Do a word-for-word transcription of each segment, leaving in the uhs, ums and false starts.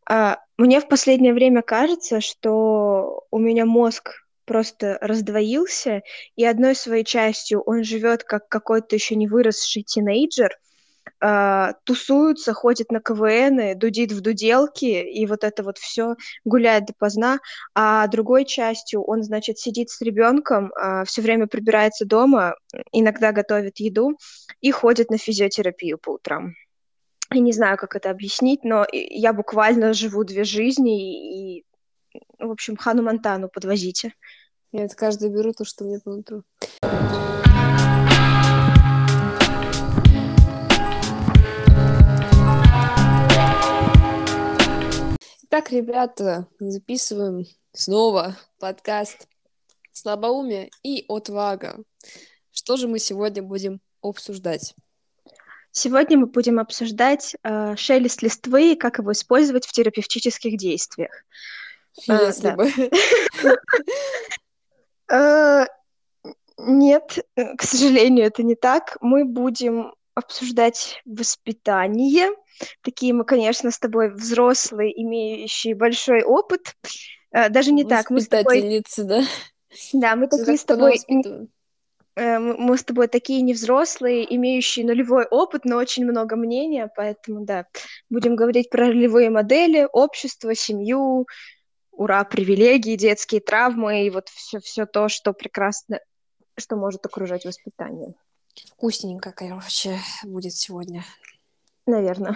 А, мне в последнее время кажется, что у меня мозг просто раздвоился, и одной своей частью он живет как какой-то еще не выросший тинейджер, а, тусуется, ходит на КВНы, дудит в дуделки, и вот это вот все гуляет допоздна, а другой частью он, значит, сидит с ребенком, все время прибирается дома, иногда готовит еду и ходит на физиотерапию по утрам. Я не знаю, как это объяснить, но и я буквально живу две жизни, и, в общем, Хану Монтану подвозите. Я от каждой беру то, что мне по утру. Итак, ребята, записываем снова подкаст «Слабоумие и отвага». Что же мы сегодня будем обсуждать? Сегодня мы будем обсуждать э, шелест листвы и как его использовать в терапевтических действиях. Э, Если да. бы. Э, Нет, э, к сожалению, это не так. Мы будем обсуждать воспитание. Такие мы, конечно, с тобой взрослые, имеющие большой опыт. Э, Даже не так. Мы с тобой, Воспитательницы, да? да, мы Всё такие так с давно тобой воспитываю. Э, мы мы с тобой такие невзрослые, имеющие нулевой опыт, но очень много мнения, поэтому да, будем говорить про ролевые модели, общество, семью, ура, привилегии, детские травмы и вот все, все то, что прекрасно, что может окружать воспитание. Вкусненько, короче, будет сегодня. Наверное.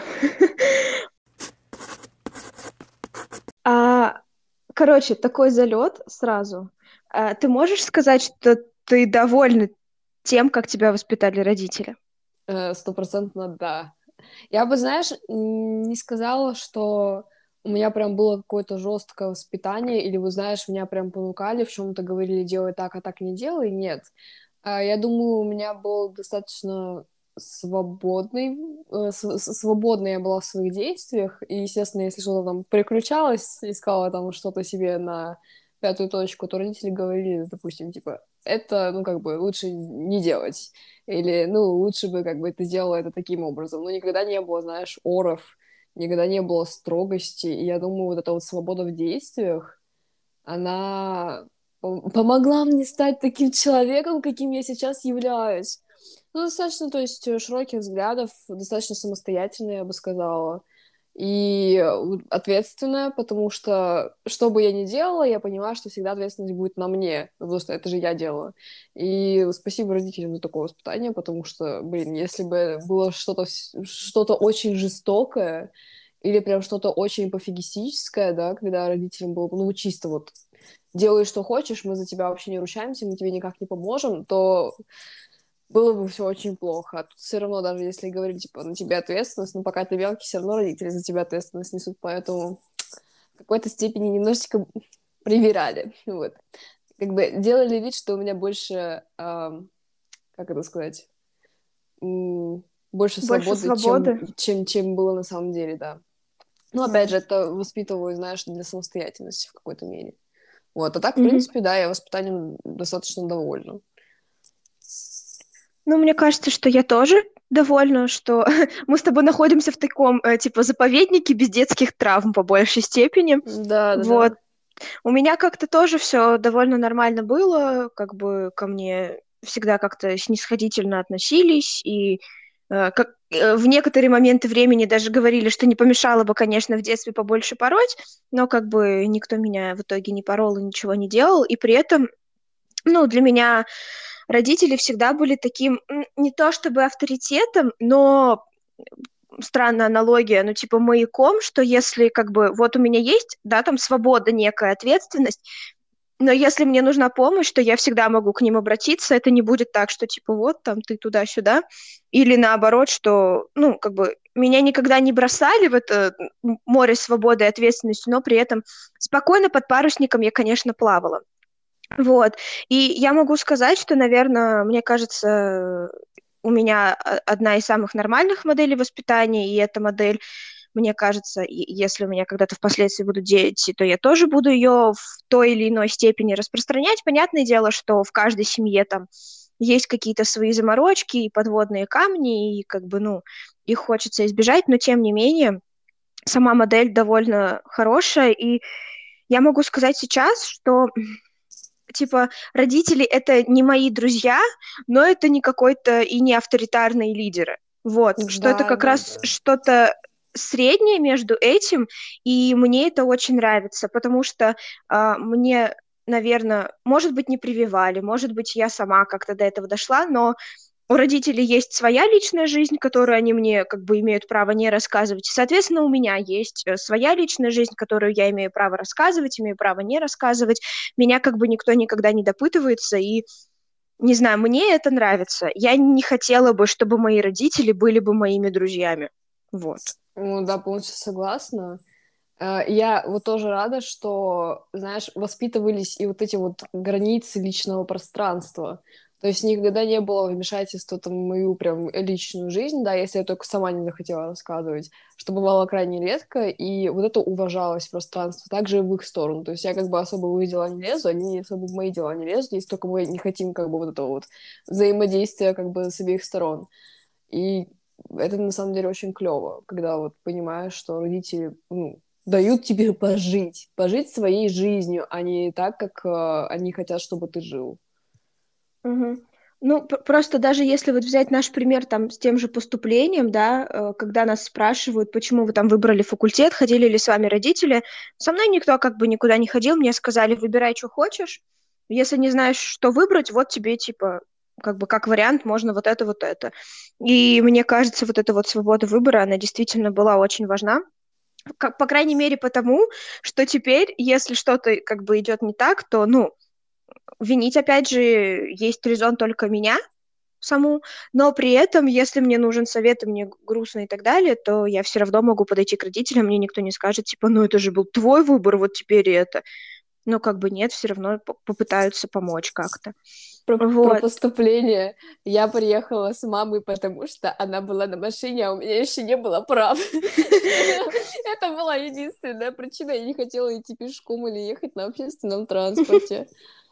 А, короче, такой залет сразу. А, ты можешь сказать, что ты довольна тем, как тебя воспитали родители? Э, Стопроцентно да. Я бы, знаешь, н- не сказала, что у меня прям было какое-то жесткое воспитание, или, вы знаешь, меня прям понукали, в чем-то говорили, делай так, а так не делай. Нет. А, Я думаю, у меня был достаточно свободный, э, с- с- свободная я была в своих действиях, и, естественно, если что-то там переключалось, искала там что-то себе на пятую точку, то родители говорили, допустим, типа, это, ну, как бы, лучше не делать, или, ну, лучше бы, как бы, ты сделала это таким образом, но никогда не было, знаешь, оров, никогда не было строгости, и я думаю, вот эта вот свобода в действиях, она пом- помогла мне стать таким человеком, каким я сейчас являюсь. Ну, достаточно, то есть, э, широких взглядов, достаточно самостоятельная, я бы сказала. И э, ответственная, потому что, что бы я ни делала, я понимаю, что всегда ответственность будет на мне, потому что это же я делаю. И спасибо родителям за такое воспитание, потому что, блин, если бы было что-то, вс- что-то очень жестокое, или прям что-то очень пофигистическое, да, когда родителям было бы, ну, чисто вот делай, что хочешь, мы за тебя вообще не ручаемся, мы тебе никак не поможем, то было бы все очень плохо. А тут все равно, даже если говорить, типа, на тебя ответственность, но пока ты мелкий, все равно родители за тебя ответственность несут, поэтому в какой-то степени немножечко привирали, вот. Как бы делали вид, что у меня больше, ам, как это сказать, м, больше Больше свободы, чем, свободы? чем, чем было на самом деле, да. Ну, опять М. же, это воспитываю, знаешь, для самостоятельности в какой-то мере. Вот, а так, в Мгм. принципе, да, я воспитанием достаточно довольна. Ну, мне кажется, что я тоже довольна, что мы с тобой находимся в таком, э, типа, заповеднике без детских травм по большей степени. Да, да, Вот. да. У меня как-то тоже все довольно нормально было, как бы ко мне всегда как-то снисходительно относились, и э, как, э, в некоторые моменты времени даже говорили, что не помешало бы, конечно, в детстве побольше пороть, но как бы никто меня в итоге не порол и ничего не делал, и при этом, ну, для меня родители всегда были таким, м, не то чтобы авторитетом, но странная аналогия, ну, типа маяком, что если как бы вот у меня есть, да, там свобода, некая ответственность, но если мне нужна помощь, то я всегда могу к ним обратиться. Это не будет так, что типа вот там ты туда-сюда. Или наоборот, что, ну, как бы меня никогда не бросали в это м, море свободы и ответственности, но при этом спокойно под парусником я, конечно, плавала. Вот. И я могу сказать, что, наверное, мне кажется, у меня а, одна из самых нормальных моделей воспитания, и эта модель, мне кажется, и если у меня когда-то впоследствии будут дети, то я тоже буду ее в той или иной степени распространять. Понятное дело, что в каждой семье там есть какие-то свои заморочки и подводные камни, и как бы, ну, их хочется избежать, но тем не менее, сама модель довольно хорошая, и я могу сказать сейчас, что типа родители это не мои друзья, но это не какой-то и не авторитарные лидеры. Вот, что это Да, как да, раз да. что-то среднее между этим, и мне это очень нравится, потому что а, мне, наверное, может быть, не прививали, может быть, я сама как-то до этого дошла, но у родителей есть своя личная жизнь, которую они мне как бы имеют право не рассказывать. И, соответственно, у меня есть э, своя личная жизнь, которую я имею право рассказывать, имею право не рассказывать. Меня как бы никто никогда не допытывается, и, не знаю, мне это нравится. Я не хотела бы, чтобы мои родители были бы моими друзьями. Вот. Ну да, полностью согласна. Э, Я вот тоже рада, что, знаешь, воспитывались и вот эти вот границы личного пространства. То есть никогда не было вмешательства там, в мою прям личную жизнь, да, если я только сама не захотела рассказывать, что бывало крайне редко, и вот это уважалось пространство, также и в их сторону. То есть я как бы особо в их дела не лезу, они особо в мои дела не лезут, если только мы не хотим как бы вот этого вот взаимодействия как бы с обеих сторон. И это на самом деле очень клево, когда вот понимаешь, что родители, ну, дают тебе пожить, пожить своей жизнью, а не так, как э, они хотят, чтобы ты жил. Мгм. Ну, п- просто даже если вот взять наш пример там с тем же поступлением, да, э, когда нас спрашивают, почему вы там выбрали факультет, ходили ли с вами родители, со мной никто как бы никуда не ходил, мне сказали, выбирай, что хочешь, если не знаешь, что выбрать, вот тебе, типа, как бы как вариант можно вот это, вот это. И мне кажется, вот эта вот свобода выбора, она действительно была очень важна, как, по крайней мере потому, что теперь, если что-то как бы идет не так, то, ну, винить, опять же, есть резон только меня саму, но при этом, если мне нужен совет, и мне грустно и так далее, то я все равно могу подойти к родителям, мне никто не скажет, типа, ну это же был твой выбор, вот теперь и это. Но как бы нет, все равно по- попытаются помочь как-то. Про, про Вот. поступление. Я приехала с мамой, потому что она была на машине, а у меня еще не было прав. Это была единственная причина. Я не хотела идти пешком или ехать на общественном транспорте.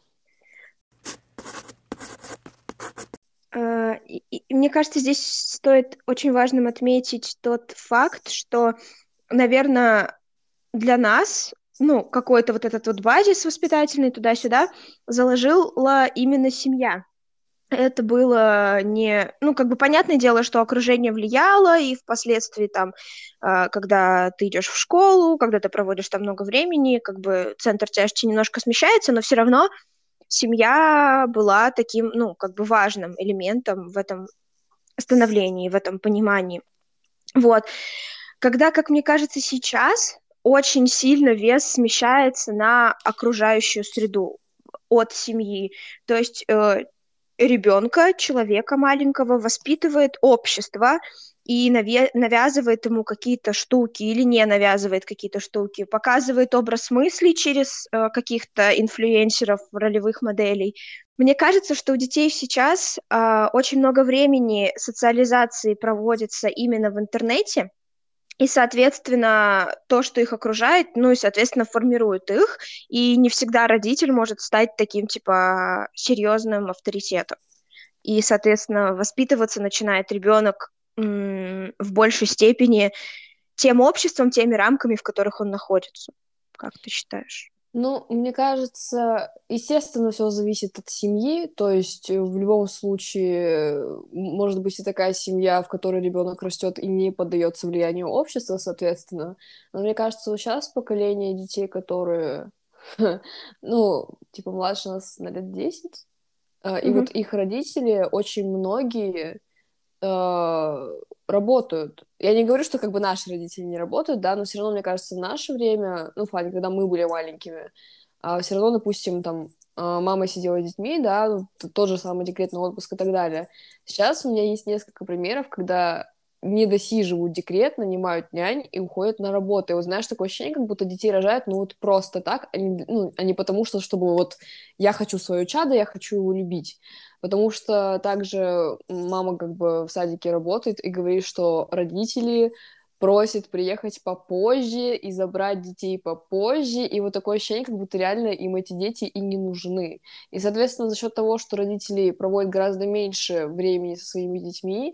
Э, И, и мне кажется, здесь стоит очень важным отметить тот факт, что, наверное, для нас, ну, какой-то вот этот вот базис воспитательный туда-сюда заложила именно семья. Это было не... Ну, как бы понятное дело, что окружение влияло, и впоследствии там, э, когда ты идешь в школу, когда ты проводишь там много времени, как бы центр тяжести немножко смещается, но все равно семья была таким, ну, как бы важным элементом в этом становлении, в этом понимании. Вот. Когда, как мне кажется, сейчас очень сильно вес смещается на окружающую среду от семьи. То есть э, ребенка, человека маленького воспитывает общество и наве- навязывает ему какие-то штуки или не навязывает какие-то штуки, показывает образ мыслей через э, каких-то инфлюенсеров, ролевых моделей. Мне кажется, что у детей сейчас э, очень много времени социализации проводится именно в интернете, и, соответственно, то, что их окружает, ну и, соответственно, формирует их, и не всегда родитель может стать таким, типа, серьезным авторитетом. И, соответственно, воспитываться начинает ребенок м, в большей степени тем обществом, теми рамками, в которых он находится. Как ты считаешь? Ну, мне кажется, естественно, все зависит от семьи. То есть э, в любом случае э, м- может быть и такая семья, в которой ребенок растет и не поддается влиянию общества, соответственно. Но мне кажется, вот сейчас поколение детей, которые, ну, типа младше нас на лет десять, э, и Мгм. вот их родители, очень многие э, работают. Я не говорю, что как бы наши родители не работают, да, но все равно, мне кажется, в наше время, ну, в плане, когда мы были маленькими, все равно, допустим, там, а, мама сидела с детьми, да, ну, т- тот же самый декретный отпуск и так далее. Сейчас у меня есть несколько примеров, когда не досиживают декрет, нанимают нянь и уходят на работу. И вот знаешь, такое ощущение, как будто детей рожают, ну, вот просто так, а не, ну, а не потому что, чтобы вот я хочу свое чадо, я хочу его любить. Потому что также мама как бы в садике работает и говорит, что родители просят приехать попозже и забрать детей попозже, и вот такое ощущение, как будто реально им эти дети и не нужны. И, соответственно, за счет того, что родители проводят гораздо меньше времени со своими детьми,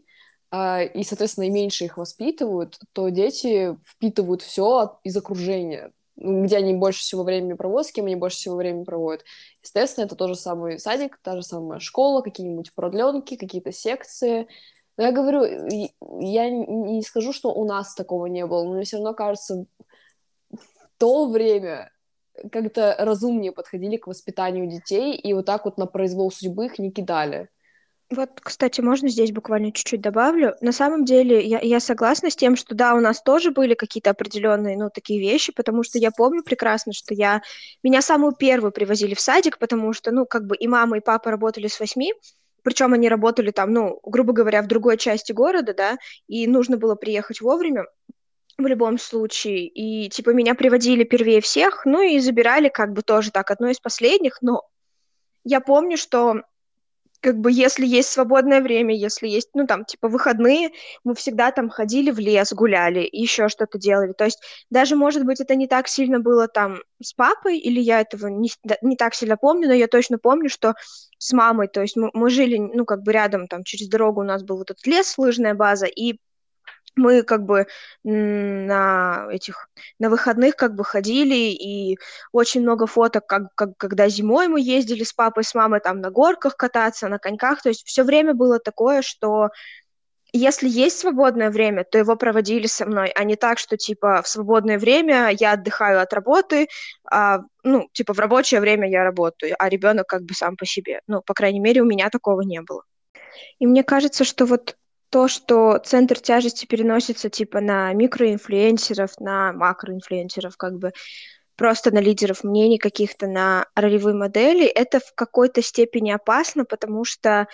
а, и, соответственно, и меньше их воспитывают, то дети впитывают все из окружения, ну, где они больше всего времени проводят, с кем они больше всего времени проводят. Естественно, это тот же самый садик, та же самая школа, какие-нибудь продленки, какие-то секции. Но я говорю, и- я не скажу, что у нас такого не было, но мне все равно кажется, в то время как-то разумнее подходили к воспитанию детей и вот так вот на произвол судьбы их не кидали. Вот, кстати, можно здесь буквально чуть-чуть добавлю. На самом деле, я, я согласна с тем, что да, у нас тоже были какие-то определенные, ну, такие вещи, потому что я помню прекрасно, что я... Меня самую первую привозили в садик, потому что, ну, как бы и мама, и папа работали с восьми, причем они работали там, ну, грубо говоря, в другой части города, да, и нужно было приехать вовремя в любом случае. И, типа, меня приводили первее всех, ну, и забирали как бы тоже так, одно из последних, но я помню, что как бы если есть свободное время, если есть, ну, там, типа, выходные, мы всегда там ходили в лес, гуляли, еще что-то делали. То есть даже, может быть, это не так сильно было там с папой, или я этого не, с- да, не так сильно помню, но я точно помню, что с мамой, то есть мы, мы жили, ну, как бы рядом, там, через дорогу у нас был вот этот лес, лыжная база, и мы как бы м, на этих на выходных как бы ходили, и очень много фоток, как, как когда зимой мы ездили с папой, с мамой там на горках кататься, на коньках, то есть все время было такое, что если есть свободное время, то его проводили со мной, а не так, что типа в свободное время я отдыхаю от работы, а, ну, типа в рабочее время я работаю, а ребенок как бы сам по себе. Ну, по крайней мере, у меня такого не было. И мне кажется, что вот то, что центр тяжести переносится типа на микроинфлюенсеров, на макроинфлюенсеров, как бы просто на лидеров мнений каких-то, на ролевые модели, это в какой-то степени опасно, потому что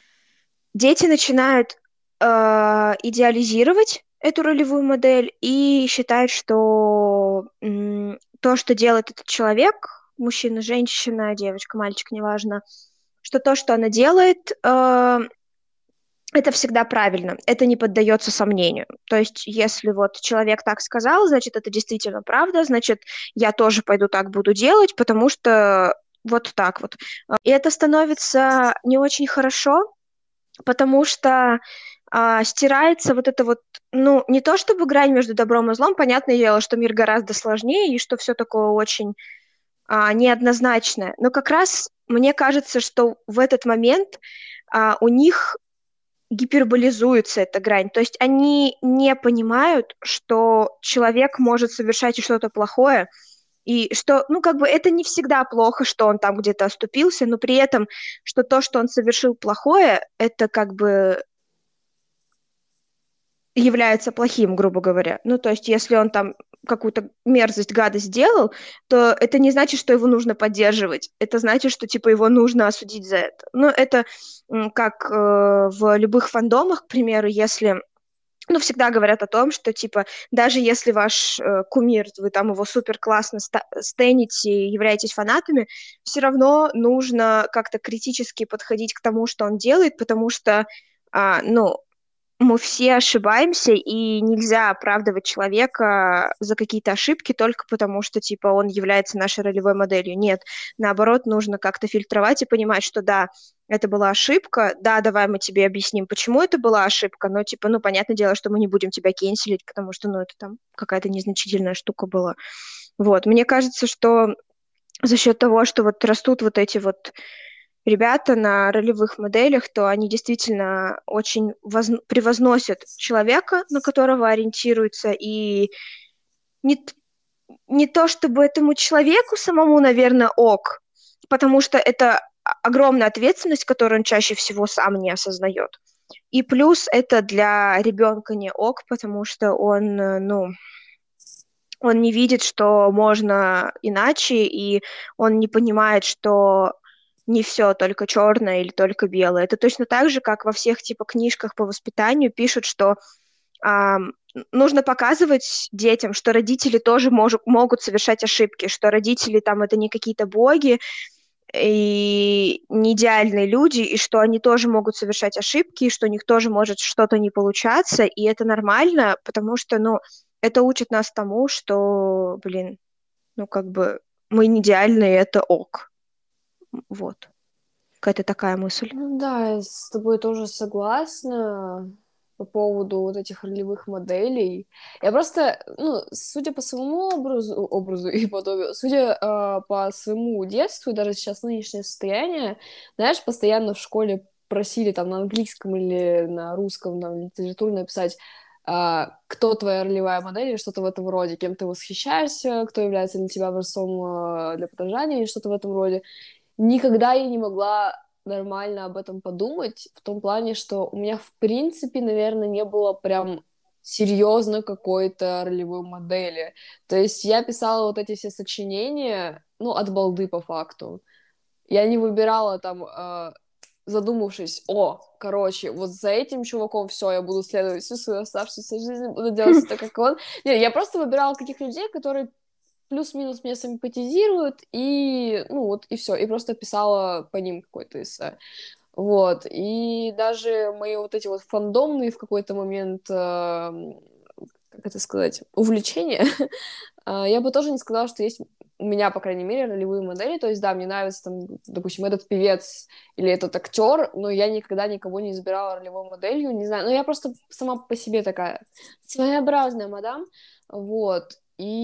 дети начинают э, идеализировать эту ролевую модель и считают, что м, то, что делает этот человек, мужчина, женщина, девочка, мальчик, неважно, что то, что она делает, э, это всегда правильно, это не поддается сомнению. То есть, если вот человек так сказал, значит, это действительно правда, значит, я тоже пойду так буду делать, потому что вот так вот. И это становится не очень хорошо, потому что а, стирается вот это вот, ну, не то чтобы грань между добром и злом, понятное дело, что мир гораздо сложнее и что все такое очень а, неоднозначное, но как раз мне кажется, что в этот момент а, у них гиперболизуется эта грань. То есть они не понимают, что человек может совершать и что-то плохое, и что, ну, как бы это не всегда плохо, что он там где-то оступился, но при этом, что то, что он совершил плохое, это как бы является плохим, грубо говоря. Ну, то есть, если он там какую-то мерзость, гадость сделал, то это не значит, что его нужно поддерживать. Это значит, что, типа, его нужно осудить за это. Ну, это м, как э, в любых фандомах, к примеру, если ну, всегда говорят о том, что, типа, даже если ваш э, кумир, вы там его супер классно ста- стените и являетесь фанатами, все равно нужно как-то критически подходить к тому, что он делает, потому что, а, ну, мы все ошибаемся, и нельзя оправдывать человека за какие-то ошибки только потому, что, типа, он является нашей ролевой моделью. Нет, наоборот, нужно как-то фильтровать и понимать, что да, это была ошибка, да, давай мы тебе объясним, почему это была ошибка, но, типа, ну, понятное дело, что мы не будем тебя кенселить, потому что, ну, это там какая-то незначительная штука была. Вот, мне кажется, что за счет того, что вот растут вот эти вот ребята на ролевых моделях, то они действительно очень воз- превозносят человека, на которого ориентируются, и не, т- не то чтобы этому человеку самому, наверное, ок, потому что это о- огромная ответственность, которую он чаще всего сам не осознает. И плюс это для ребенка не ок, потому что он, э, ну, он не видит, что можно иначе, и он не понимает, что не все только черное или только белое. Это точно так же, как во всех типа книжках по воспитанию пишут, что ам, нужно показывать детям, что родители тоже можу- могут совершать ошибки, что родители там это не какие-то боги и не идеальные люди, и что они тоже могут совершать ошибки, и что у них тоже может что-то не получаться, и это нормально, потому что, ну, это учит нас тому, что, блин, ну, как бы мы не идеальные, это ок. Вот. Какая-то такая мысль. Ну да, я с тобой тоже согласна. по поводу вот этих ролевых моделей. Я просто, ну, судя по своему образу, образу и подобию, судя э, по своему детству, и даже сейчас нынешнее состояние, знаешь, постоянно в школе просили там на английском или на русском, там, литературу написать, а, кто твоя ролевая модель или что-то в этом роде, кем ты восхищаешься, кто является для тебя образцом а, для подражания или что-то в этом роде. Никогда я не могла нормально об этом подумать, в том плане, что у меня, в принципе, наверное, не было прям серьезно какой-то ролевой модели. То есть я писала вот эти все сочинения, ну, от балды по факту. Я не выбирала там, э, задумавшись, о, короче, вот за этим чуваком все, я буду следовать всю свою оставшуюся жизнь, буду делать все так, как он. Нет, я просто выбирала каких людей, которые плюс-минус мне симпатизируют, и, ну, вот, и все, и просто писала по ним какой-то эссе. Вот, и даже мои вот эти вот фандомные в какой-то момент, э, как это сказать, увлечения, а, я бы тоже не сказала, что есть у меня, по крайней мере, ролевые модели. То есть, да, мне нравится, там, допустим, этот певец или этот актер, но я никогда никого не избирала ролевой моделью, не знаю. Но я просто сама по себе такая своеобразная мадам, вот.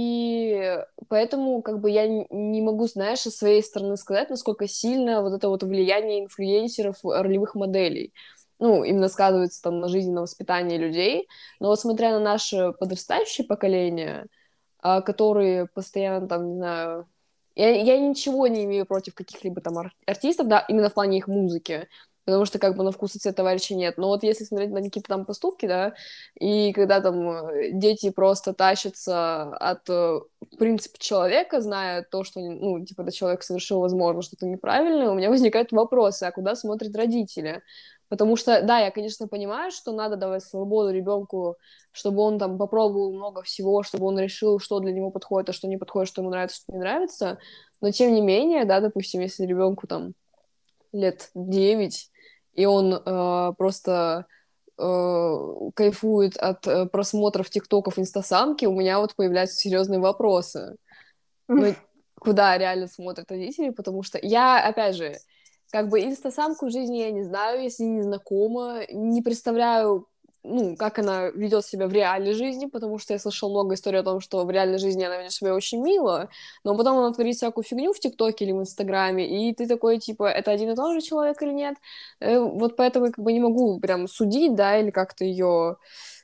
И поэтому, как бы, я н- не могу, знаешь, со своей стороны сказать, насколько сильно вот это вот влияние инфлюенсеров, э, ролевых моделей, ну, именно сказывается там на жизни, на воспитании людей. Но вот смотря на наше подрастающее поколение, а, которые постоянно там, не знаю... Я, я ничего не имею против каких-либо там ар- артистов, да, именно в плане их музыки, потому что как бы на вкус и цвет товарища нет. Но вот если смотреть на какие-то там поступки, да, и когда там э, дети просто тащатся от, э, в принципе, человека, зная то, что, ну, типа, этот человек совершил, возможно, что-то неправильное, у меня возникают вопросы, а куда смотрят родители? Потому что, да, я, конечно, понимаю, что надо давать свободу ребенку, чтобы он там попробовал много всего, чтобы он решил, что для него подходит, а что не подходит, что ему нравится, что не нравится. Но тем не менее, да, допустим, если ребенку там лет девять, и он э, просто э, кайфует от э, просмотров тиктоков, инстасамки, у меня вот появляются серьезные вопросы. Ну, куда реально смотрят родители, потому что я, опять же, как бы инстасамку в жизни я не знаю, если не знакома, не представляю, ну, как она ведет себя в реальной жизни, потому что я слышала много историй о том, что в реальной жизни она ведет себя очень мило, но потом она творит всякую фигню в ТикТоке или в Инстаграме, и ты такой, типа, это один и тот же человек или нет? Э, Вот поэтому я как бы не могу прям судить, да, или как-то ее,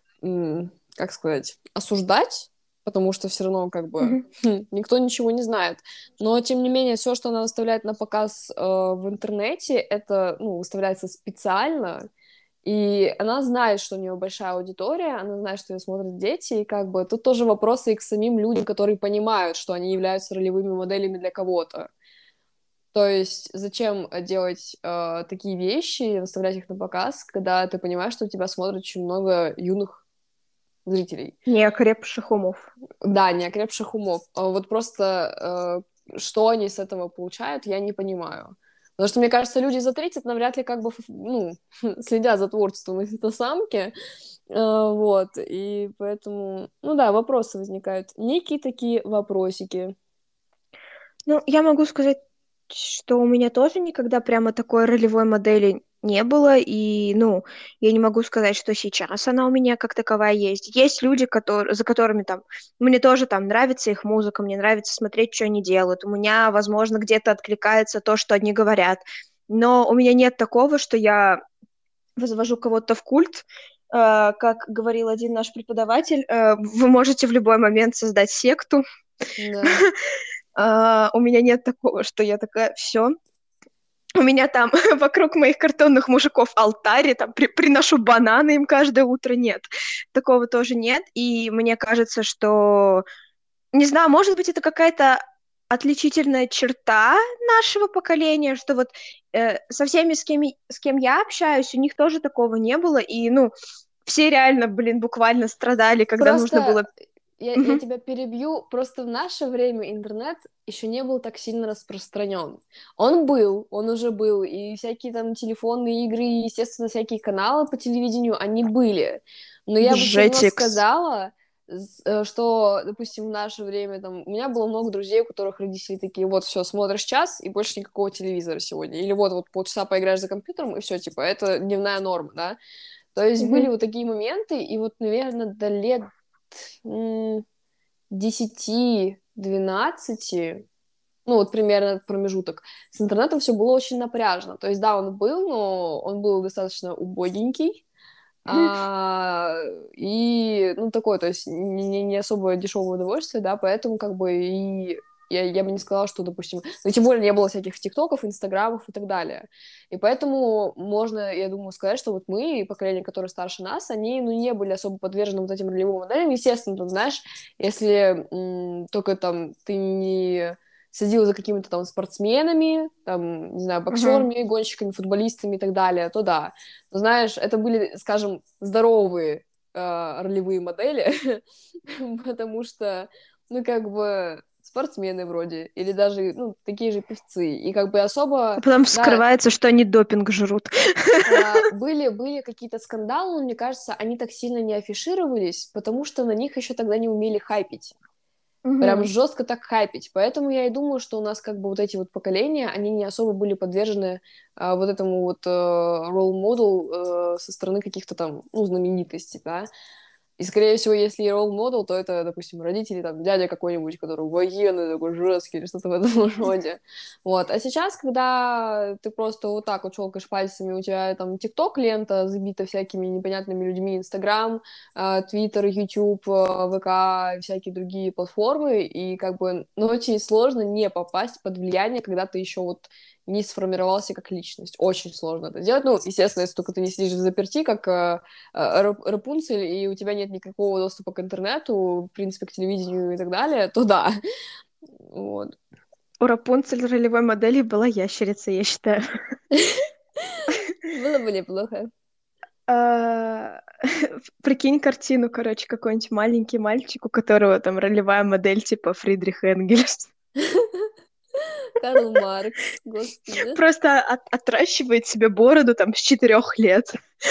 как сказать, осуждать, потому что все равно как бы Мгм. хм, никто ничего не знает. Но тем не менее, все, что она выставляет на показ э, в интернете, это, ну, выставляется специально, и она знает, что у нее большая аудитория, она знает, что ее смотрят дети, и как бы тут тоже вопросы и к самим людям, которые понимают, что они являются ролевыми моделями для кого-то. То есть зачем э, делать э, такие вещи и выставлять их на показ, когда ты понимаешь, что тебя смотрит очень много юных зрителей? Неокрепших умов. Да, неокрепших умов. А вот просто э, что они с этого получают, я не понимаю. Потому что, мне кажется, люди за тридцать навряд ли как бы, ф- ну, следят за творчеством этой самки. Э, вот, и поэтому, ну да, вопросы возникают. Некие такие вопросики. Ну, я могу сказать, что у меня тоже никогда прямо такой ролевой модели не было, и, ну, я не могу сказать, что сейчас она у меня как таковая есть. Есть люди, которые, за которыми там, мне тоже там нравится их музыка, мне нравится смотреть, что они делают. У меня, возможно, где-то откликается то, что они говорят. Но у меня нет такого, что я возвожу кого-то в культ. Э, Как говорил один наш преподаватель, э, вы можете в любой момент создать секту. Да. А, У меня нет такого, что я такая, все, у меня там вокруг моих картонных мужиков алтарь, и там при- приношу бананы им каждое утро, нет. Такого тоже нет, и мне кажется, что, не знаю, может быть, это какая-то отличительная черта нашего поколения, что вот э, со всеми, с кем, с кем я общаюсь, у них тоже такого не было, и, ну, все реально, блин, буквально страдали, когда нужно Просто было... я, я Мгм. тебя перебью. Просто в наше время интернет еще не был так сильно распространен. Он был, он уже был, и всякие там телефонные игры, и, естественно, всякие каналы по телевидению, они были. Но я бы все равно Джетикс. сказала, с- э, что, допустим, в наше время там у меня было много друзей, у которых родители такие: вот, все, смотришь час и больше никакого телевизора сегодня, или вот вот полчаса поиграешь за компьютером и все, типа, это дневная норма, да. То есть были Мгм. вот такие моменты, и вот, наверное, до лет м, десяти-двенадцати, ну, вот примерно этот промежуток, с интернетом все было очень напряжно. То есть, да, он был, но он был достаточно убогенький, а, и, ну, такое, то есть не, не не особо дешевое удовольствие, да, поэтому как бы и я, я бы не сказала, что, допустим, ну, тем более не было всяких тиктоков, инстаграмов и так далее. И поэтому можно, я думаю, сказать, что вот мы, поколение, которое старше нас, они, ну, не были особо подвержены вот этим ролевым моделям. Естественно, там, знаешь, если м, только там ты не следил за какими-то там спортсменами, там, не знаю, Мгм. боксерами, гонщиками, футболистами и так далее, то да. Но знаешь, это были, скажем, здоровые э, ролевые модели, потому что, ну, как бы спортсмены вроде, или даже, ну, такие же певцы. И как бы А особо, потом да, скрывается, что они допинг жрут. э, были, были какие-то скандалы, но мне кажется, они так сильно не афишировались, потому что на них еще тогда не умели хайпить. Прям Мгм. жестко так хайпить. Поэтому я и думаю, что у нас как бы вот эти вот поколения, они не особо были подвержены а, вот этому вот э, role model э, со стороны каких-то там, ну, знаменитостей, да. И, скорее всего, если и role model, то это, допустим, родители, там, дядя какой-нибудь, который военный, такой жесткий или что-то в этом роде. Вот. А сейчас, когда ты просто вот так вот щелкаешь пальцами, у тебя там ТикТок лента забита всякими непонятными людьми, Инстаграм, Твиттер, Ютуб, ВК, всякие другие платформы, и как бы, ну, очень сложно не попасть под влияние, когда ты еще вот не сформировался как личность. Очень сложно это сделать. Ну, естественно, если только ты не сидишь в заперти, как э, э, Рап- Рапунцель, и у тебя нет никакого доступа к интернету, в принципе, к телевидению и так далее, то да. Вот. У Рапунцель ролевой модели была ящерица, я считаю. Было бы неплохо. А, Прикинь картину, короче, какой-нибудь маленький мальчик, у которого там ролевая модель типа Фридрих Энгельс. Карл Маркс, господи. Просто от- отращивает себе бороду там с четырех лет.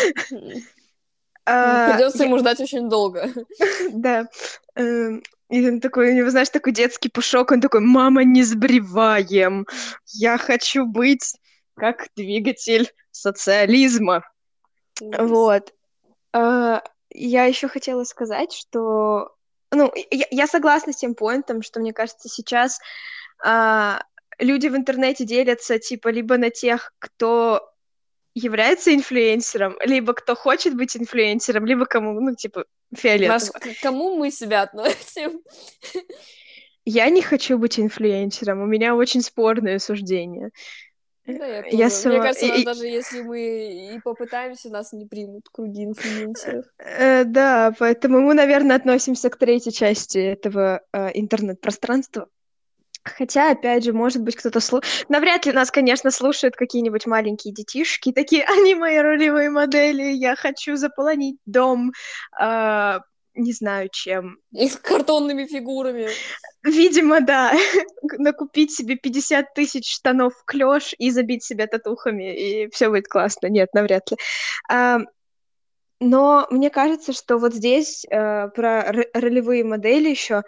А, Придется я- ему ждать очень долго. Да. Эм, И он такой, у него, знаешь, такой детский пушок, он такой, мама, не сбриваем. Я хочу быть как двигатель социализма. Ужас. Вот. А, Я еще хотела сказать, что, ну, я, я согласна с тем поинтом, что мне кажется, сейчас а, люди в интернете делятся типа либо на тех, кто является инфлюенсером, либо кто хочет быть инфлюенсером, либо кому, ну, типа, Маш, фиолетово. к кому мы себя относим? Я не хочу быть инфлюенсером, у меня очень спорное суждение. Э, Да, я Я тоже. Мне сама... кажется, и- нас и- даже если мы и попытаемся, нас не примут круги инфлюенсеров. э, да, поэтому мы, наверное, относимся к третьей части этого э, интернет-пространства. Хотя, опять же, может быть, кто-то слу... Навряд ли нас, конечно, слушают какие-нибудь маленькие детишки, такие, они мои ролевые модели, я хочу заполонить дом, а, не знаю чем. И с картонными фигурами. Видимо, да, накупить себе пятьдесят тысяч штанов в клеш и забить себя татухами, и все будет классно. Нет, навряд ли. А, но мне кажется, что вот здесь э, про р- ролевые модели еще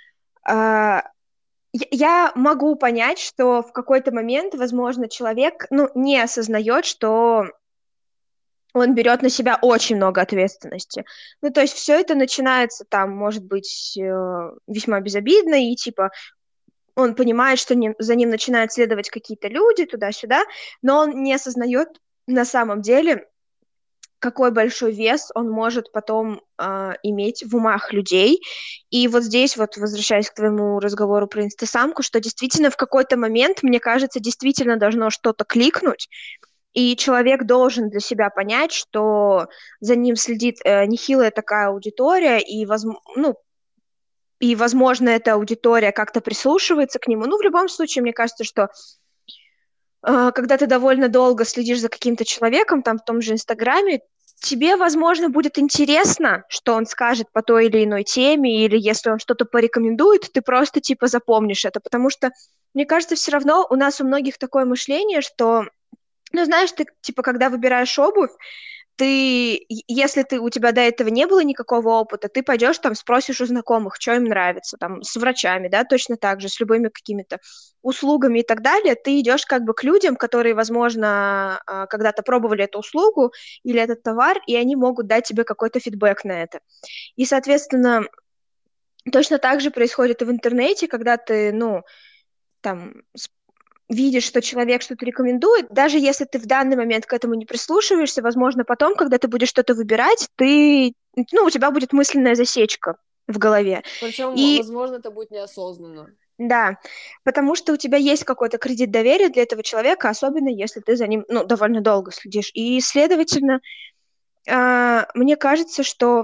Я я могу понять, что в какой-то момент, возможно, человек, ну, не осознает, что он берет на себя очень много ответственности. Ну, то есть все это начинается там, может быть, э, весьма безобидно, и типа он понимает, что не- за ним начинают следовать какие-то люди туда-сюда, но он не осознает на самом деле, какой большой вес он может потом а, иметь в умах людей. И вот здесь вот, возвращаясь к твоему разговору про инстасамку, что действительно в какой-то момент, мне кажется, действительно должно что-то кликнуть, и человек должен для себя понять, что за ним следит э, нехилая такая аудитория, и, возм- ну, и, возможно, эта аудитория как-то прислушивается к нему. Ну, в любом случае, мне кажется, что э, когда ты довольно долго следишь за каким-то человеком, там в том же Инстаграме, тебе, возможно, будет интересно, что он скажет по той или иной теме, или если он что-то порекомендует, ты просто типа запомнишь это, потому что, мне кажется, все равно у нас у многих такое мышление, что, ну, знаешь, ты типа, когда выбираешь обувь, ты, и- если ты, у тебя до этого не было никакого опыта, ты пойдешь там, спросишь у знакомых, что им нравится, там, с врачами, да, точно так же, с любыми какими-то услугами и так далее, ты идешь как бы к людям, которые, возможно, а, когда-то пробовали эту услугу или этот товар, и они могут дать тебе какой-то фидбэк на это. И, соответственно, точно так же происходит и в интернете, когда ты, ну, там, с- видишь, что человек что-то рекомендует, даже если ты в данный момент к этому не прислушиваешься, возможно, потом, когда ты будешь что-то выбирать, ты, ну, у тебя будет мысленная засечка в голове. Причем, И возможно, это будет неосознанно. да, потому что у тебя есть какой-то кредит доверия для этого человека, особенно если ты за ним, ну, довольно долго следишь. И, следовательно, а, мне кажется, что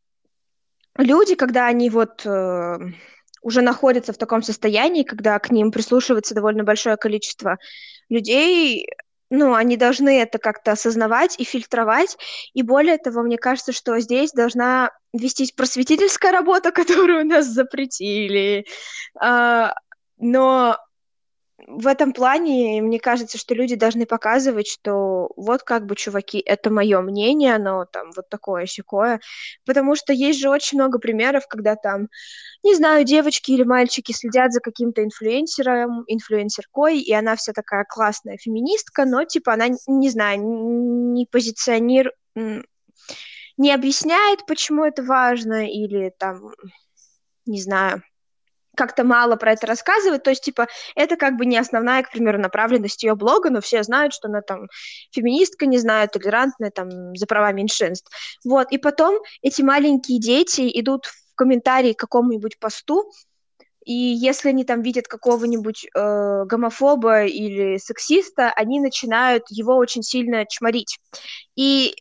люди, когда они вот э, уже находятся в таком состоянии, когда к ним прислушивается довольно большое количество людей, ну, они должны это как-то осознавать и фильтровать. И более того, мне кажется, что здесь должна вестись просветительская работа, которую у нас запретили. А, но в этом плане, мне кажется, что люди должны показывать, что вот как бы, чуваки, это мое мнение, оно там вот такое сякое, потому что есть же очень много примеров, когда там, не знаю, девочки или мальчики следят за каким-то инфлюенсером, инфлюенсеркой, и она вся такая классная феминистка, но типа она, не знаю, не позиционирует, не объясняет, почему это важно, или там, не знаю, как-то мало про это рассказывает, то есть, типа, это как бы не основная, к примеру, направленность ее блога, но все знают, что она там феминистка, не знаю, толерантная, там, за права меньшинств. Вот, и потом эти маленькие дети идут в комментарии к какому-нибудь посту, и если они там видят какого-нибудь э, гомофоба или сексиста, они начинают его очень сильно чморить. И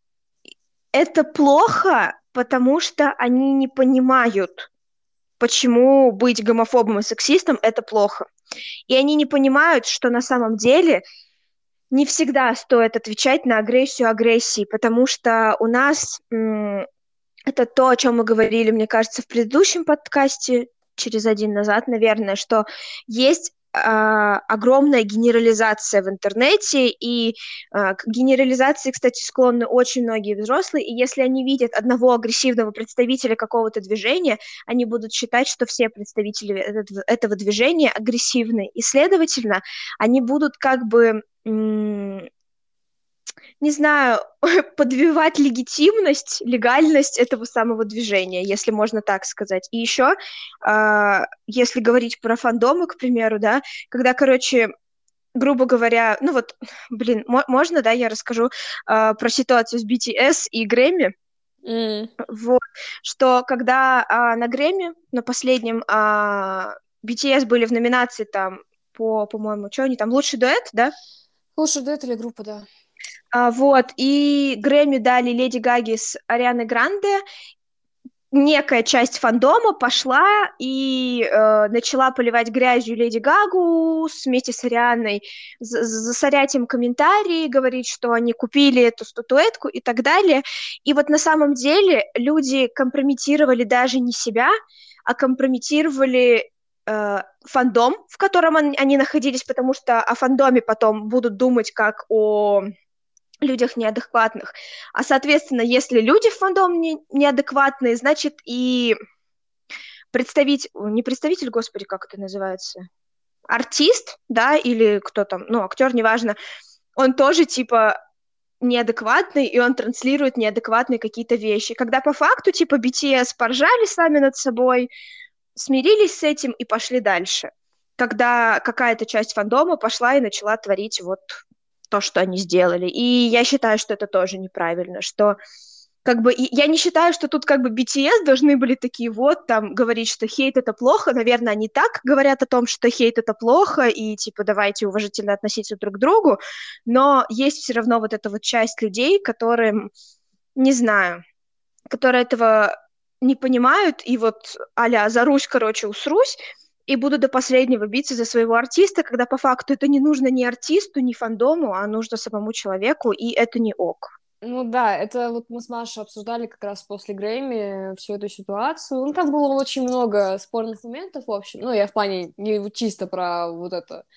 это плохо, потому что они не понимают, почему быть гомофобом и сексистом — это плохо. И они не понимают, что на самом деле не всегда стоит отвечать на агрессию агрессии, потому что у нас м, это то, о чем мы говорили, мне кажется, в предыдущем подкасте, через один назад, наверное, что есть а, огромная генерализация в интернете, и а, к генерализации, кстати, склонны очень многие взрослые, и если они видят одного агрессивного представителя какого-то движения, они будут считать, что все представители этого, этого движения агрессивны, и, следовательно, они будут как бы м- не знаю, подвивать легитимность, легальность этого самого движения, если можно так сказать. И еще, а, если говорить про фандомы, к примеру, да, когда, короче, грубо говоря, ну вот, блин, мо- можно, да, я расскажу а, про ситуацию с би ти эс и Грэмми, М. вот, что когда а, на Грэмми, на последнем, а, би ти эс были в номинации там по, по-моему, что они там, лучший дуэт, да? Лучше дуэт или группа, да. А, вот, и Грэмми дали Леди Гаги с Арианой Гранде. Некая часть фандома пошла и э, начала поливать грязью Леди Гагу с- вместе с Арианой, за- засорять им комментарии, говорить, что они купили эту статуэтку и так далее. И вот на самом деле люди компрометировали даже не себя, а компрометировали э, фандом, в котором он- они находились, потому что о фандоме потом будут думать как о людях неадекватных. А, соответственно, если люди в фандом не, неадекватные, значит и представитель, не представитель, господи, как это называется, артист, да, или кто там, ну, актер, неважно, он тоже, типа, неадекватный, и он транслирует неадекватные какие-то вещи. Когда по факту, типа, би ти эс поржали сами над собой, смирились с этим и пошли дальше. Когда какая-то часть фандома пошла и начала творить вот то, что они сделали. И я считаю, что это тоже неправильно, что как бы и я не считаю, что тут как бы би ти эс должны были такие вот там говорить, что хейт это плохо. Наверное, они так говорят о том, что хейт это плохо, и типа давайте уважительно относиться друг к другу. Но есть все равно вот эта вот часть людей, которым, не знаю, которые этого не понимают, и вот а-ля зарусь, короче, усрусь, и буду до последнего биться за своего артиста, когда по факту это не нужно ни артисту, ни фандому, а нужно самому человеку, и это не ок. Ну да, это вот мы с Машей обсуждали как раз после Грэмми всю эту ситуацию. Ну, там было очень много спорных моментов, в общем. Ну, я в плане не вот чисто про вот это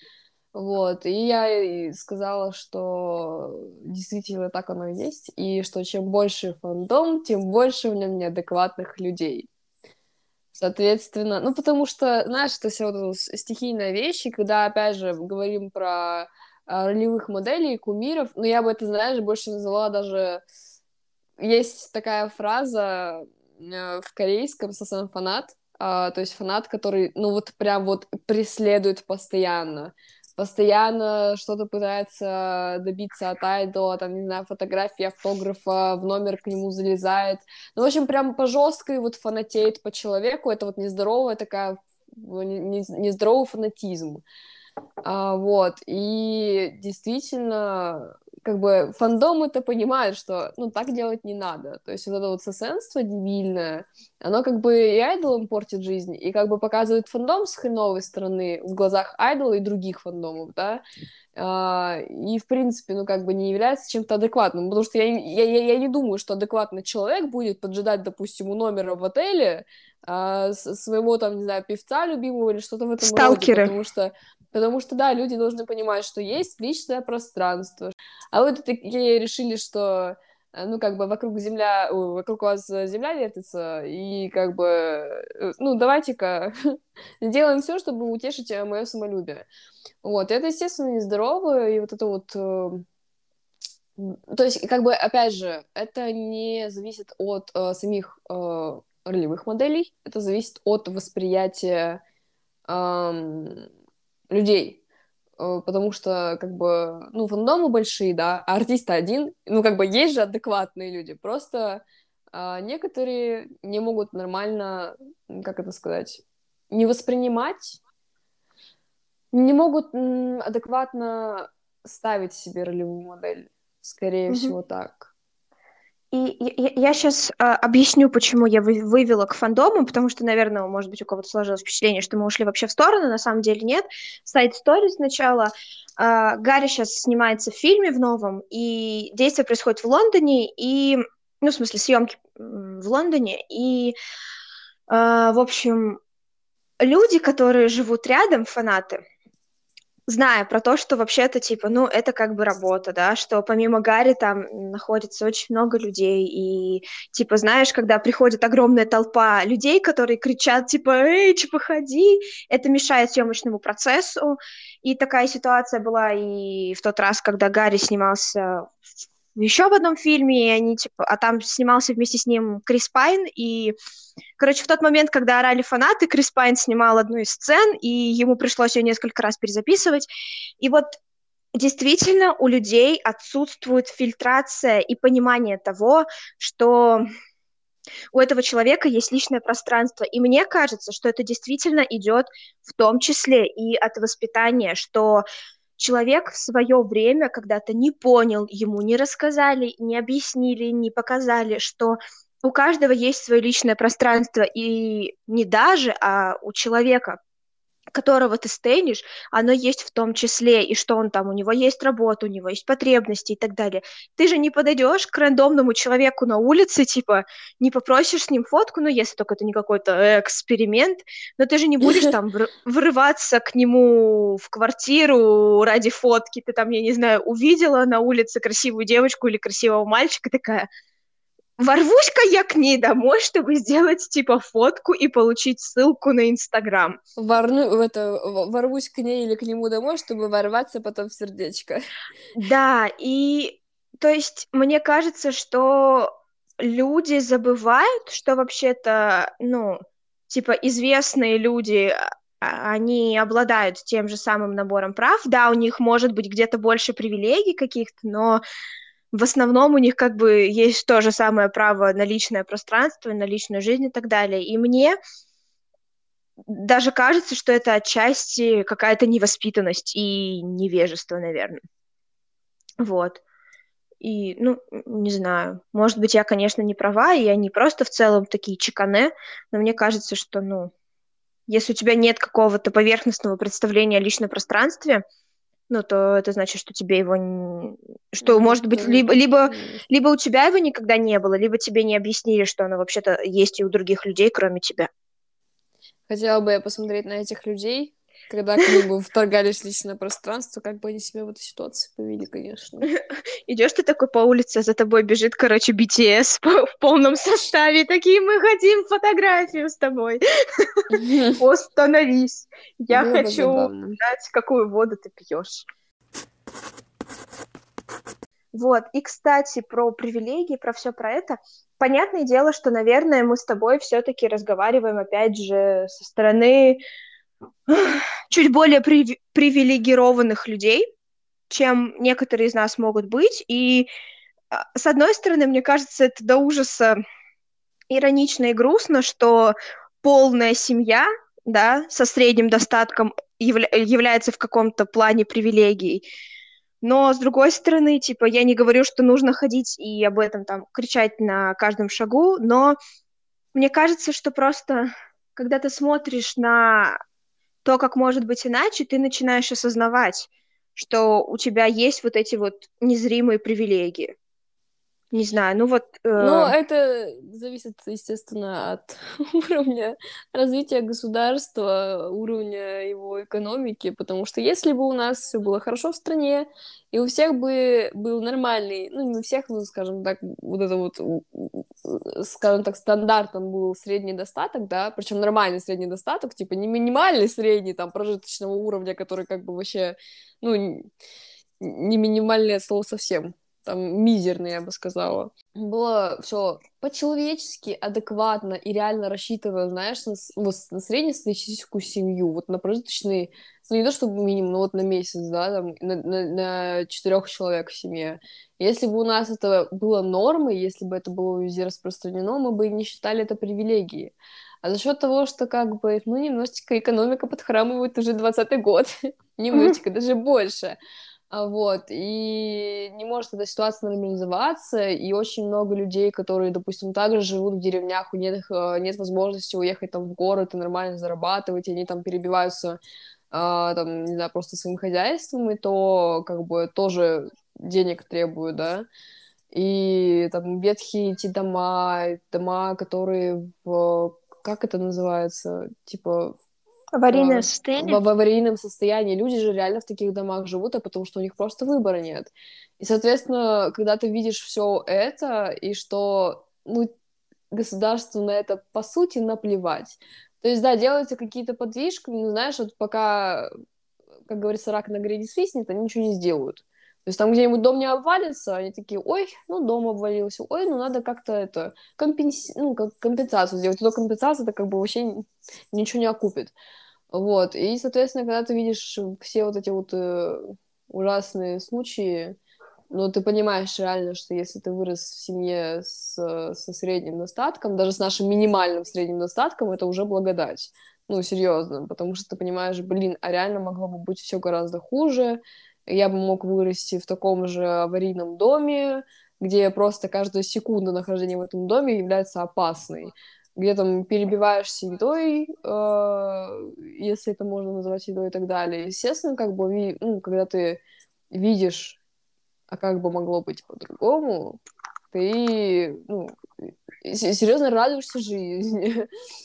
Вот, и я и сказала, что действительно так оно и есть, и что чем больше фандом, тем больше в нем неадекватных людей. Соответственно, ну, потому что, знаешь, это все вот эта с- стихийная вещь, и когда, опять же, говорим про а, ролевых моделей, кумиров, ну, я бы это, знаешь, больше назвала даже... Есть такая фраза э, в корейском «сасан фанат», а, то есть фанат, который, ну, вот прям вот преследует постоянно, постоянно что-то пытается добиться от айдола, там, не знаю, фотографии, автографа, в номер к нему залезает. Ну, в общем, прям по жесткой вот фанатеет по человеку, это вот нездоровая такая, не- не- нездоровый фанатизм. А, вот, и действительно, как бы фандомы-то понимают, что, ну, так делать не надо. То есть вот это вот сосенство дебильное, оно как бы и айдолам портит жизнь, и как бы показывает фандом с хреновой стороны в глазах айдола и других фандомов, да, а, и, в принципе, ну, как бы не является чем-то адекватным, потому что я, я, я, я не думаю, что адекватный человек будет поджидать, допустим, у номера в отеле а, с- своего, там, не знаю, певца любимого или что-то в этом роде, Сталкеры. потому что Потому что, да, люди должны понимать, что есть личное пространство. А вы тут такие решили, что, э, ну, как бы вокруг Земля, ой, вокруг вас Земля вертится, и как бы, э, ну, давайте-ка сделаем все, чтобы утешить мое самолюбие. Вот, и это, естественно, нездорово, и вот это вот... э, м, То есть, как бы, опять же, это не зависит от э, самих э, ролевых моделей, это зависит от восприятия ам, людей. Э, потому что, как бы, ну, фандомы большие, да, а артист один, ну, как бы, есть же адекватные люди, просто а, некоторые не могут нормально, м, как это сказать, не воспринимать, не могут м, адекватно ставить себе ролевую модель, скорее Мгм. всего, так. И я, сейчас объясню, почему я вы- вывела к фандому, потому что, наверное, может быть, у кого-то сложилось впечатление, что мы ушли вообще в сторону, на самом деле нет. Сайт Story сначала. А, Гарри сейчас снимается в фильме в новом, и действие происходит в Лондоне, и, ну, в смысле, съемки м, в Лондоне, и, а, в общем, люди, которые живут рядом, фанаты, зная про то, что вообще-то, типа, ну, это как бы работа, да, что помимо Гарри там находится очень много людей, и, типа, знаешь, когда приходит огромная толпа людей, которые кричат, типа, эй, типа, ходи, это мешает съемочному процессу, и такая ситуация была и в тот раз, когда Гарри снимался еще в одном фильме, и они, типа, а там снимался вместе с ним Крис Пайн, и короче, в тот момент, когда орали фанаты, Крис Пайн снимал одну из сцен, и ему пришлось ее несколько раз перезаписывать. И вот действительно у людей отсутствует фильтрация и понимание того, что у этого человека есть личное пространство. И мне кажется, что это действительно идет в том числе и от воспитания, что человек в свое время когда-то не понял, ему не рассказали, не объяснили, не показали, что у каждого есть свое личное пространство, и не даже, а у человека, которого ты стейнишь, оно есть в том числе, и что он там, у него есть работа, у него есть потребности и так далее. Ты же не подойдешь к рандомному человеку на улице, типа, не попросишь с ним фотку, ну, если только это не какой-то эксперимент, но ты же не будешь там вр- врываться к нему в квартиру ради фотки, ты там, я не знаю, увидела на улице красивую девочку или красивого мальчика, такая, ворвусь-ка я к ней домой, чтобы сделать, типа, фотку и получить ссылку на Инстаграм. Ворну, в это, в- ворвусь к ней или к нему домой, чтобы ворваться потом в сердечко. Да, и то есть мне кажется, что люди забывают, что вообще-то, ну, типа известные люди, а, а, они обладают тем же самым набором прав. Да, у них может быть где-то больше привилегий каких-то, но в основном у них как бы есть то же самое право на личное пространство, на личную жизнь и так далее. И мне даже кажется, что это отчасти какая-то невоспитанность и невежество, наверное. Вот. И, ну, не знаю, может быть, я, конечно, не права, и они просто в целом такие чекане, но мне кажется, что, ну, если у тебя нет какого-то поверхностного представления о личном пространстве, ну, то это значит, что тебе его... н- Что, Ну, может быть, то не либо, так либо, и есть. либо у тебя его никогда не было, либо тебе не объяснили, что оно вообще-то есть и у других людей, кроме тебя. Хотела бы я посмотреть на этих людей. Когда к ним вторгались в личное пространство, как бы они себя в этой ситуации повели, конечно. Идешь ты такой по улице, за тобой бежит, короче, би ти эс в полном составе. Такие, мы хотим фотографию с тобой. Остановись. Я Было бы хочу забавно. знать, какую воду ты пьешь. Вот. И, кстати, про привилегии, про все про это. Понятное дело, что, наверное, мы с тобой все-таки разговариваем, опять же, со стороны чуть более прив- привилегированных людей, чем некоторые из нас могут быть. И, а, с одной стороны, мне кажется, это до ужаса иронично и грустно, что полная семья, да, со средним достатком явля- является в каком-то плане привилегией. Но, с другой стороны, типа, я не говорю, что нужно ходить и об этом там кричать на каждом шагу, но мне кажется, что просто, когда ты смотришь на то, как может быть иначе, ты начинаешь осознавать, что у тебя есть вот эти вот незримые привилегии. Не знаю, ну вот... Ну, э, это зависит, естественно, от уровня развития государства, уровня его экономики, потому что если бы у нас все было хорошо в стране, и у всех бы был нормальный, ну, не у всех, ну, скажем так, вот это вот, у- у- у- скажем так, стандартом был средний достаток, да, причем нормальный средний достаток, типа не минимальный средний, там, прожиточного уровня, который как бы вообще, ну, н- не минимальный от слова совсем, там, мизерный, я бы сказала. Было все по-человечески, адекватно и реально рассчитывая, знаешь, на, с- вот, на среднестатистическую семью, вот на прожиточный, ну не то чтобы минимум, но вот на месяц, да, там, на, на, на четырех человек в семье. Если бы у нас это было нормой, если бы это было везде распространено, мы бы и не считали это привилегией. А за счет того, что как бы, ну, немножечко экономика подхрамывает уже двадцатый год, немножечко, даже больше, а, вот, и не может эта ситуация нормализоваться, и очень много людей, которые, допустим, также живут в деревнях, у них э, нет возможности уехать там в город и нормально зарабатывать, и они там перебиваются, а, там, не знаю, просто своим хозяйством, и то, как бы, тоже денег требуют, да, и там ветхие эти дома, дома, которые в... Как это называется? Типа Аварийное а, в, состояние? в аварийном состоянии. Люди же реально в таких домах живут, а потому что у них просто выбора нет. И, соответственно, когда ты видишь все это, и что, ну, государству на это, по сути, наплевать. То есть, да, делаются какие-то подвижки, но, знаешь, вот пока, как говорится, рак на горе не свистнет, они ничего не сделают. То есть там где-нибудь дом не обвалится, они такие, ой, ну дом обвалился, ой, ну надо как-то это, компенси... ну, как компенсацию сделать. Но компенсация это как бы вообще ничего не окупит. Вот, и, соответственно, когда ты видишь все вот эти вот э, ужасные случаи, ну, ты понимаешь реально, что если ты вырос в семье с, со средним достатком, даже с нашим минимальным средним достатком, это уже благодать. Ну, серьезно, потому что ты понимаешь, блин, а реально могло бы быть все гораздо хуже. Я бы мог вырасти в таком же аварийном доме, где просто каждая секунда нахождения в этом доме является опасной, где там перебиваешься едой, э, если это можно назвать едой и так далее. Естественно, как бы, ви- ну, когда ты видишь, а как бы могло быть по-другому, ты, ну, с- серьезно радуешься жизни.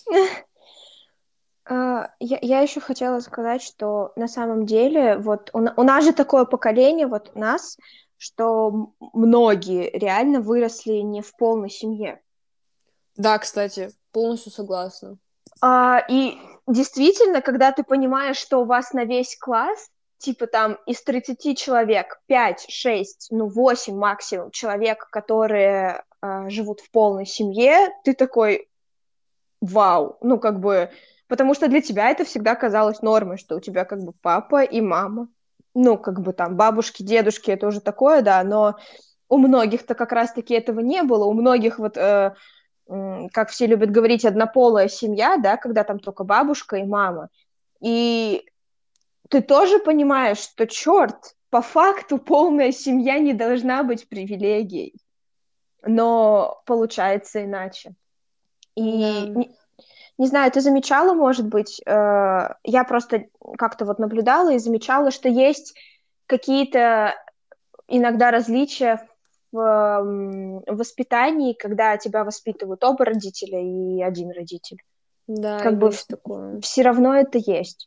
А, Я, я еще хотела сказать, что на самом деле вот у, на- у нас же такое поколение, вот нас, что м- многие реально выросли не в полной семье. Да, кстати, полностью согласна. А, и действительно, когда ты понимаешь, что у вас на весь класс, типа там из тридцати человек пять, шесть, ну восемь максимум человек, которые а, живут в полной семье, ты такой, вау, ну как бы, потому что для тебя это всегда казалось нормой, что у тебя как бы папа и мама, ну как бы там бабушки, дедушки, это уже такое, да, но у многих-то как раз-таки этого не было, у многих вот, э, м, как все любят говорить, однополая семья, да, когда там только бабушка и мама, и ты тоже понимаешь, что, черт, по факту полная семья не должна быть привилегией, но получается иначе. И Да. не, не знаю, ты замечала, может быть, э, я просто как-то вот наблюдала и замечала, что есть какие-то иногда различия в м, воспитании, когда тебя воспитывают оба родителя и один родитель. Да, Как бы есть такое. все равно это есть.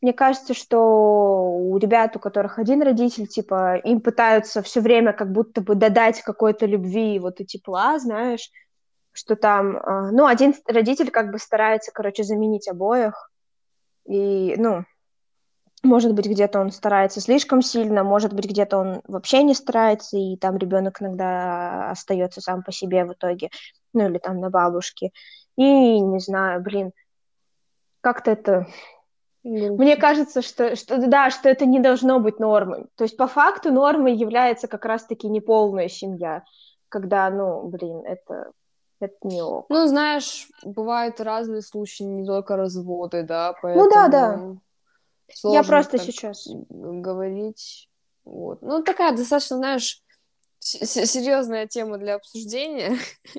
мне кажется, что у ребят, у которых один родитель, типа, им пытаются все время как будто бы додать какой-то любви вот и тепла, знаешь, что там, э, ну, один родитель как бы старается, короче, заменить обоих, и, ну, может быть, где-то он старается слишком сильно, может быть, где-то он вообще не старается, и там ребенок иногда остается сам по себе в итоге, ну, или там на бабушке. И не знаю, блин, как-то это... Мне Грустно. кажется, что, что да, что это не должно быть нормой. То есть по факту нормой является как раз-таки неполная семья, когда, ну, блин, это, это не Ну, ок. знаешь, бывают разные случаи, не только разводы, да, Ну да, да. поэтому Я сложно просто так сейчас. м, говорить. Вот. Ну, такая достаточно, знаешь, с- с- серьезная тема для обсуждения.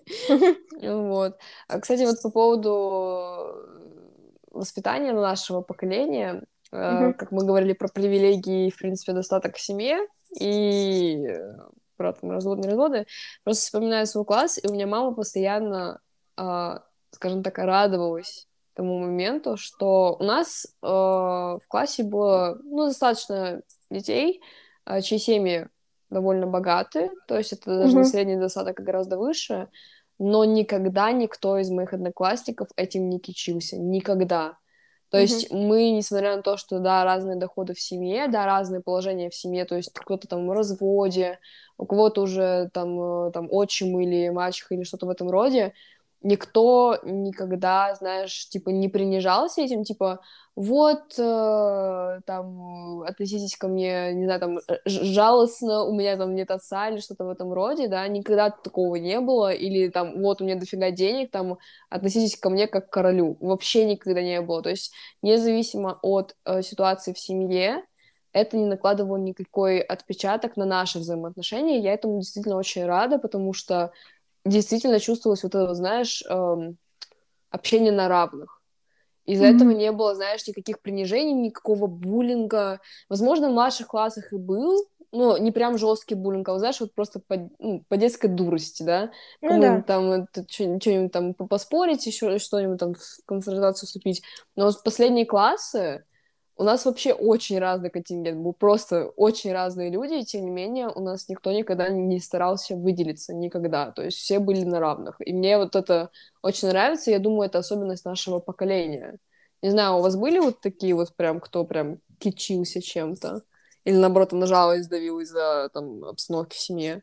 Вот. А, кстати, вот по поводу воспитания нашего поколения, э, Мгм, как мы говорили про привилегии и, в принципе, достаток в семье, и э, про там, развод, не разводы, просто вспоминаю свой класс, и у меня мама постоянно, а, скажем так, радовалась тому моменту, что у нас э, в классе было, ну, достаточно детей, э, чьи семьи довольно богаты, то есть это даже не мгм, средний достаток, а гораздо выше, но никогда никто из моих одноклассников этим не кичился, никогда. То мгм, есть мы, несмотря на то, что, да, разные доходы в семье, да, разные положения в семье, то есть кто-то там в разводе, у кого-то уже там, э, там отчим или мачеха или что-то в этом роде, никто никогда, знаешь, типа не принижался этим, типа, вот, э, там, относитесь ко мне, не знаю, там, э, ж- жалостно, у меня там нет отца или что-то в этом роде, да, никогда такого не было, или там, вот, у меня дофига денег, там, относитесь ко мне как к королю, вообще никогда не было, то есть независимо от э, ситуации в семье, это не накладывало никакой отпечаток на наши взаимоотношения, я этому действительно очень рада, потому что действительно чувствовалось вот это, знаешь, эм, общение на равных. Из-за этого мгм. не было, знаешь, никаких принижений, никакого буллинга. Возможно, в младших классах и был, но не прям жесткий буллинг, а вот, знаешь, вот просто по, ну, по детской дурости, да, Ну да. кому-нибудь там это, что-нибудь там по- поспорить, еще что-нибудь там в конфронтацию вступить. Но вот в последние классы у нас вообще очень разный контингент был, просто очень разные люди, и тем не менее у нас никто никогда не старался выделиться, никогда, то есть все были на равных. И мне вот это очень нравится, я думаю, это особенность нашего поколения. Не знаю, у вас были вот такие вот прям, кто прям кичился чем-то? Или, наоборот, на жалость давил из-за там обстановки в семье?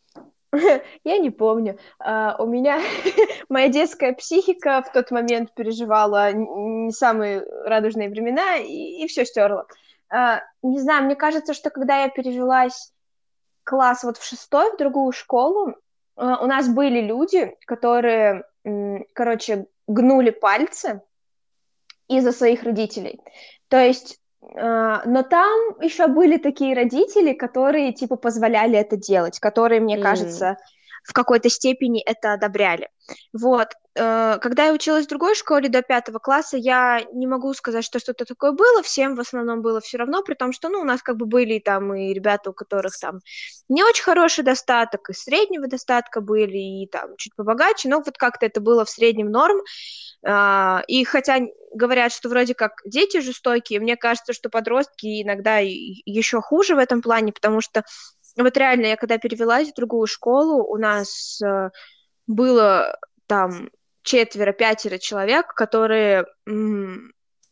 Я не помню. А, у меня моя детская психика в тот момент переживала н- не самые радужные времена и, и все стерла. А, не знаю, мне кажется, что когда я перевелась класс вот в шестой в другую школу, а, у нас были люди, которые, м, короче, гнули пальцы из-за своих родителей. То есть, э, но там еще были такие родители, которые типа позволяли это делать, которые, мне М, кажется, в какой-то степени это одобряли. Вот. Э, Когда я училась в другой школе до пятого класса, я не могу сказать, что что-то такое было, всем в основном было все равно, при том, что, ну, у нас как бы были там и ребята, у которых там не очень хороший достаток, и среднего достатка были, и там чуть побогаче, но вот как-то это было в среднем норм. А, И хотя говорят, что вроде как дети жестокие, мне кажется, что подростки иногда еще хуже в этом плане, потому что вот реально я когда перевелась в другую школу, у нас э, было там четверо-пятеро человек, которые м,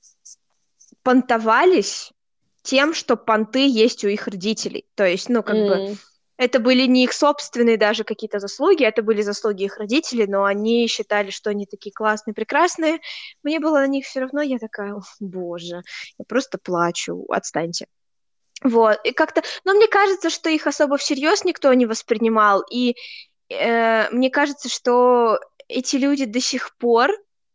понтовались тем, что понты есть у их родителей. То есть, ну, как бы м. это были не их собственные даже какие-то заслуги, это были заслуги их родителей, но они считали, что они такие классные, прекрасные. Мне было на них все равно, я такая, «О, боже, я просто плачу, отстаньте». Вот, и как-то, но мне кажется, что их особо всерьез никто не воспринимал, и э, мне кажется, что эти люди до сих пор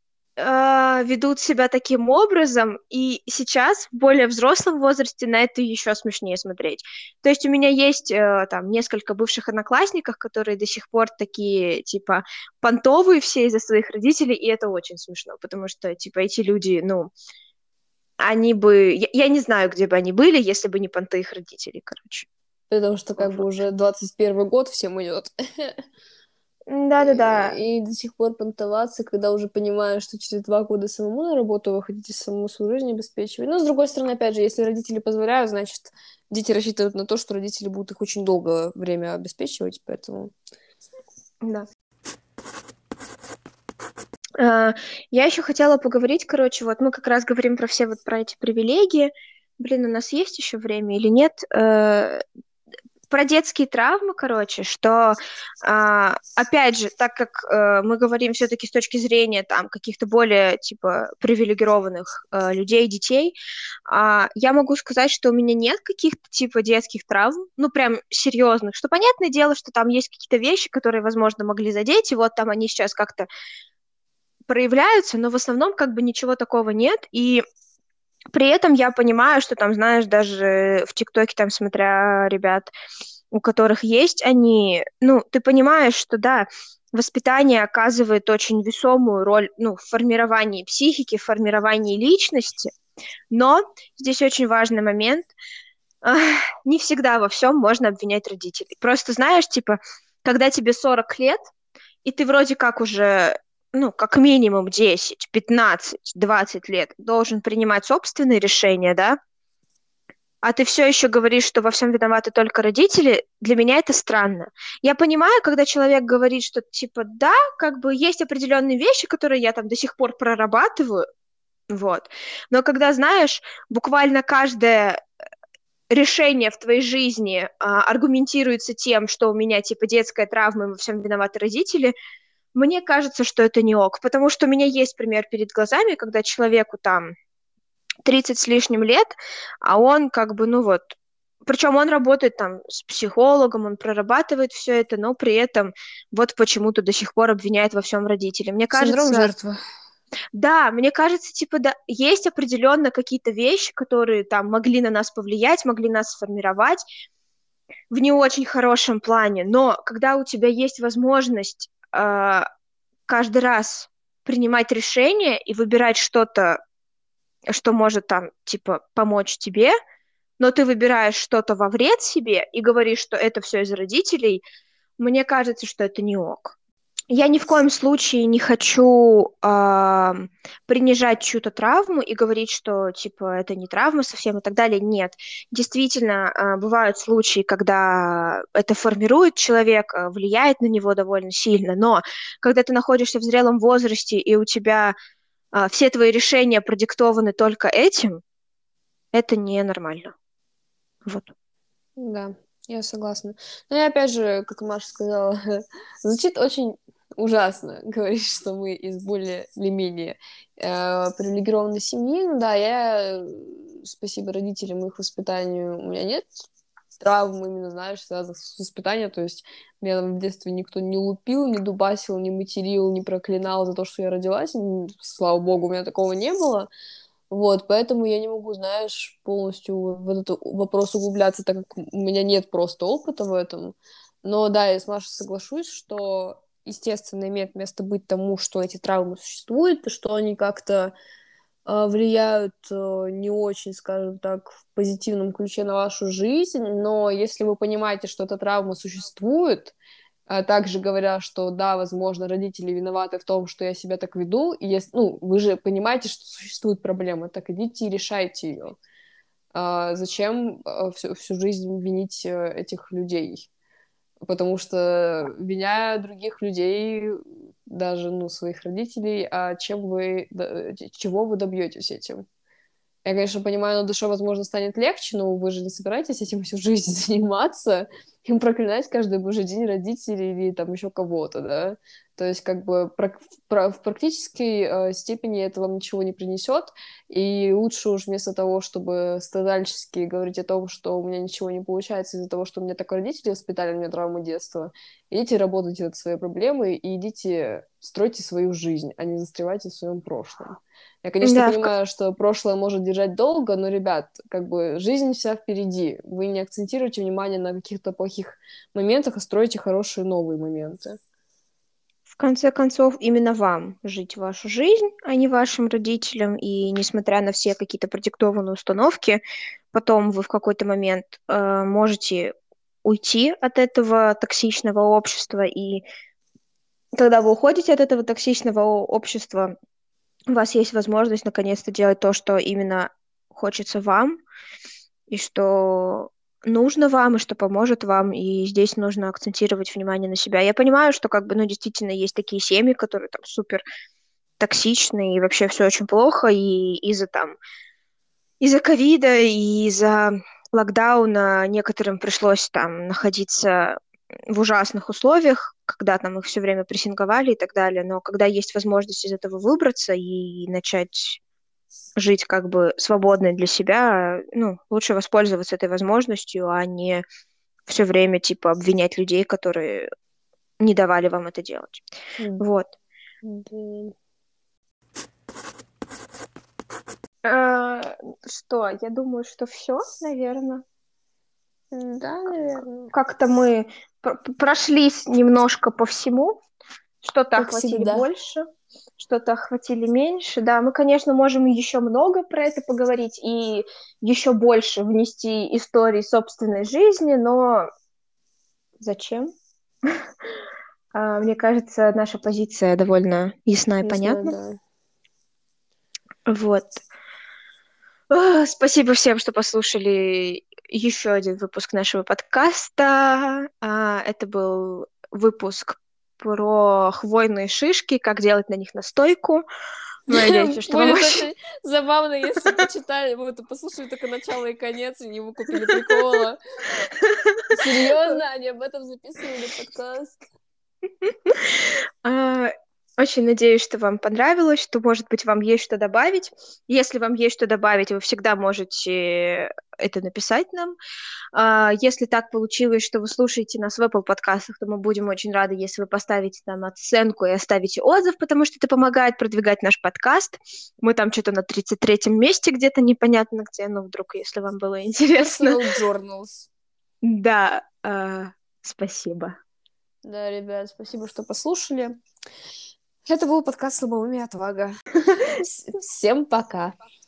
э, ведут себя таким образом, и сейчас в более взрослом возрасте на это еще смешнее смотреть. То есть у меня есть э, там несколько бывших одноклассников, которые до сих пор такие, типа, понтовые все из-за своих родителей, и это очень смешно, потому что, типа, эти люди, ну, они бы... Я, я не знаю, где бы они были, если бы не понты их родителей, короче. Потому что как бы Вот. уже двадцать первый год всем идет. Да-да-да. И, и до сих пор понтоваться, когда уже понимаешь, что через два года самому на работу выходить и самому свою жизнь обеспечивать. Но, с другой стороны, опять же, если родители позволяют, значит, дети рассчитывают на то, что родители будут их очень долгое время обеспечивать, поэтому... Да. А, Я еще хотела поговорить, короче, вот мы как раз говорим про все вот про эти привилегии. Блин, у нас есть еще время или нет? Э, Про детские травмы, короче, что, а, опять же, так как э, мы говорим все-таки с точки зрения там каких-то более, типа, привилегированных э, людей, детей, а, я могу сказать, что у меня нет каких-то, типа, детских травм, ну, прям серьезных, что понятное дело, что там есть какие-то вещи, которые, возможно, могли задеть, и вот там они сейчас как-то проявляются, но в основном как бы ничего такого нет, и при этом я понимаю, что там, знаешь, даже в ТикТоке, там, смотря ребят, у которых есть они, ну, ты понимаешь, что да, воспитание оказывает очень весомую роль, ну, в формировании психики, в формировании личности, но здесь очень важный момент, ах, не всегда во всем можно обвинять родителей. Просто знаешь, типа, когда тебе сорок лет, и ты вроде как уже, ну, как минимум десять, пятнадцать, двадцать лет должен принимать собственные решения, да, а ты все еще говоришь, что во всем виноваты только родители, для меня это странно. Я понимаю, когда человек говорит, что типа да, как бы есть определенные вещи, которые я там до сих пор прорабатываю, вот. Но когда, знаешь, буквально каждое решение в твоей жизни а, аргументируется тем, что у меня типа детская травма, и во всем виноваты родители, мне кажется, что это не ок, потому что у меня есть пример перед глазами, когда человеку там тридцать с лишним лет, а он как бы, ну вот, причем он работает там с психологом, он прорабатывает все это, но при этом вот почему-то до сих пор обвиняет во всем родителей. Мне Синдром кажется, жертвы. да, мне кажется, типа, да, есть определенно какие-то вещи, которые там могли на нас повлиять, могли нас сформировать в не очень хорошем плане, но когда у тебя есть возможность э, каждый раз принимать решение и выбирать что-то, что может там, типа, помочь тебе, но ты выбираешь что-то во вред себе и говоришь, что это все из родителей, мне кажется, что это не ок. Я ни в коем случае не хочу а, принижать чью-то травму и говорить, что типа это не травма совсем и так далее. Нет, действительно а, бывают случаи, когда это формирует человека, влияет на него довольно сильно, но когда ты находишься в зрелом возрасте и у тебя а, все твои решения продиктованы только этим, это ненормально. Вот. Да, я согласна. Но и опять же, как Маша сказала, звучит очень ужасно говорить, что мы из более или менее э, привилегированной семьи. Ну да, я, э, спасибо родителям и их воспитанию, у меня нет травм именно, знаешь, связанных с воспитанием. То есть меня там в детстве никто не лупил, не дубасил, не материл, не проклинал за то, что я родилась. М, Слава богу, у меня такого не было. Вот, поэтому я не могу, знаешь, полностью в этот вопрос углубляться, так как у меня нет просто опыта в этом. Но да, я с Машей соглашусь, что, естественно, имеет место быть тому, что эти травмы существуют, и что они как-то э, влияют э, не очень, скажем так, в позитивном ключе на вашу жизнь. Но если вы понимаете, что эта травма существует, а также говоря, что да, возможно, родители виноваты в том, что я себя так веду, и если, ну, вы же понимаете, что существует проблема, так идите и решайте ее. А зачем а, всю, всю жизнь винить э, этих людей? Потому что, виня других людей, даже, ну, своих родителей, а чем вы, д- чего вы добьетесь этим? Я, конечно, понимаю, на душе, возможно, станет легче, но вы же не собираетесь этим всю жизнь заниматься, им проклинать каждый божий день родителей или там еще кого-то, да? То есть, как бы, прак- в пра- в практической э, степени это вам ничего не принесет, и лучше уж вместо того, чтобы страдальчески говорить о том, что у меня ничего не получается из-за того, что у меня так родители воспитали, у меня травмы детства, идите работайте над своей проблемой и идите стройте свою жизнь, а не застревайте в своем прошлом. Я, конечно, Да, в понимаю, что прошлое может держать долго, но, ребят, как бы жизнь вся впереди. Вы не акцентируйте внимание на каких-то плохих моментах, а стройте хорошие новые моменты. В конце концов, именно вам жить вашу жизнь, а не вашим родителям. И несмотря на все какие-то продиктованные установки, потом вы в какой-то момент э, можете уйти от этого токсичного общества и когда вы уходите от этого токсичного о- общества, у вас есть возможность наконец-то делать то, что именно хочется вам, и что нужно вам, и что поможет вам, и здесь нужно акцентировать внимание на себя. Я понимаю, что как бы, ну, действительно есть такие семьи, которые там супер токсичные, и вообще все очень плохо, и из-за там, из-за ковида, и из-за локдауна некоторым пришлось там находиться в ужасных условиях, когда там их все время прессинговали и так далее, но когда есть возможность из этого выбраться и начать жить как бы свободно для себя, ну, лучше воспользоваться этой возможностью, а не все время, типа, обвинять людей, которые не давали вам это делать. М, Вот. да. Э, Что, я думаю, что все, наверное. Да, наверное. Как-то мы пр- прошлись немножко по всему, что-то Как охватили всегда. больше, что-то охватили меньше. Да, мы, конечно, можем еще много про это поговорить и еще больше внести истории собственной жизни, но зачем? А, Мне кажется, наша позиция довольно ясна и Не знаю, понятна. да. Вот. А, Спасибо всем, что послушали еще один выпуск нашего подкаста. А, Это был выпуск про хвойные шишки, как делать на них настойку. Мы надеемся, что вам Будет очень... очень забавно, если почитали, вот послушали только начало и конец, и не выкупили прикола. Серьезно, они об этом записывали подкаст? А, Очень надеюсь, что вам понравилось, что, может быть, вам есть что добавить. Если вам есть что добавить, вы всегда можете это написать нам. А, Если так получилось, что вы слушаете нас в Apple подкастах, то мы будем очень рады, если вы поставите нам оценку и оставите отзыв, потому что это помогает продвигать наш подкаст. Мы там что-то на тридцать третьем месте где-то, непонятно где, но вдруг, если вам было интересно. Personal Journals. Да, а, спасибо. Да, ребят, спасибо, что послушали. Это был подкаст «Слабоумие и отвага». Вс- Всем пока.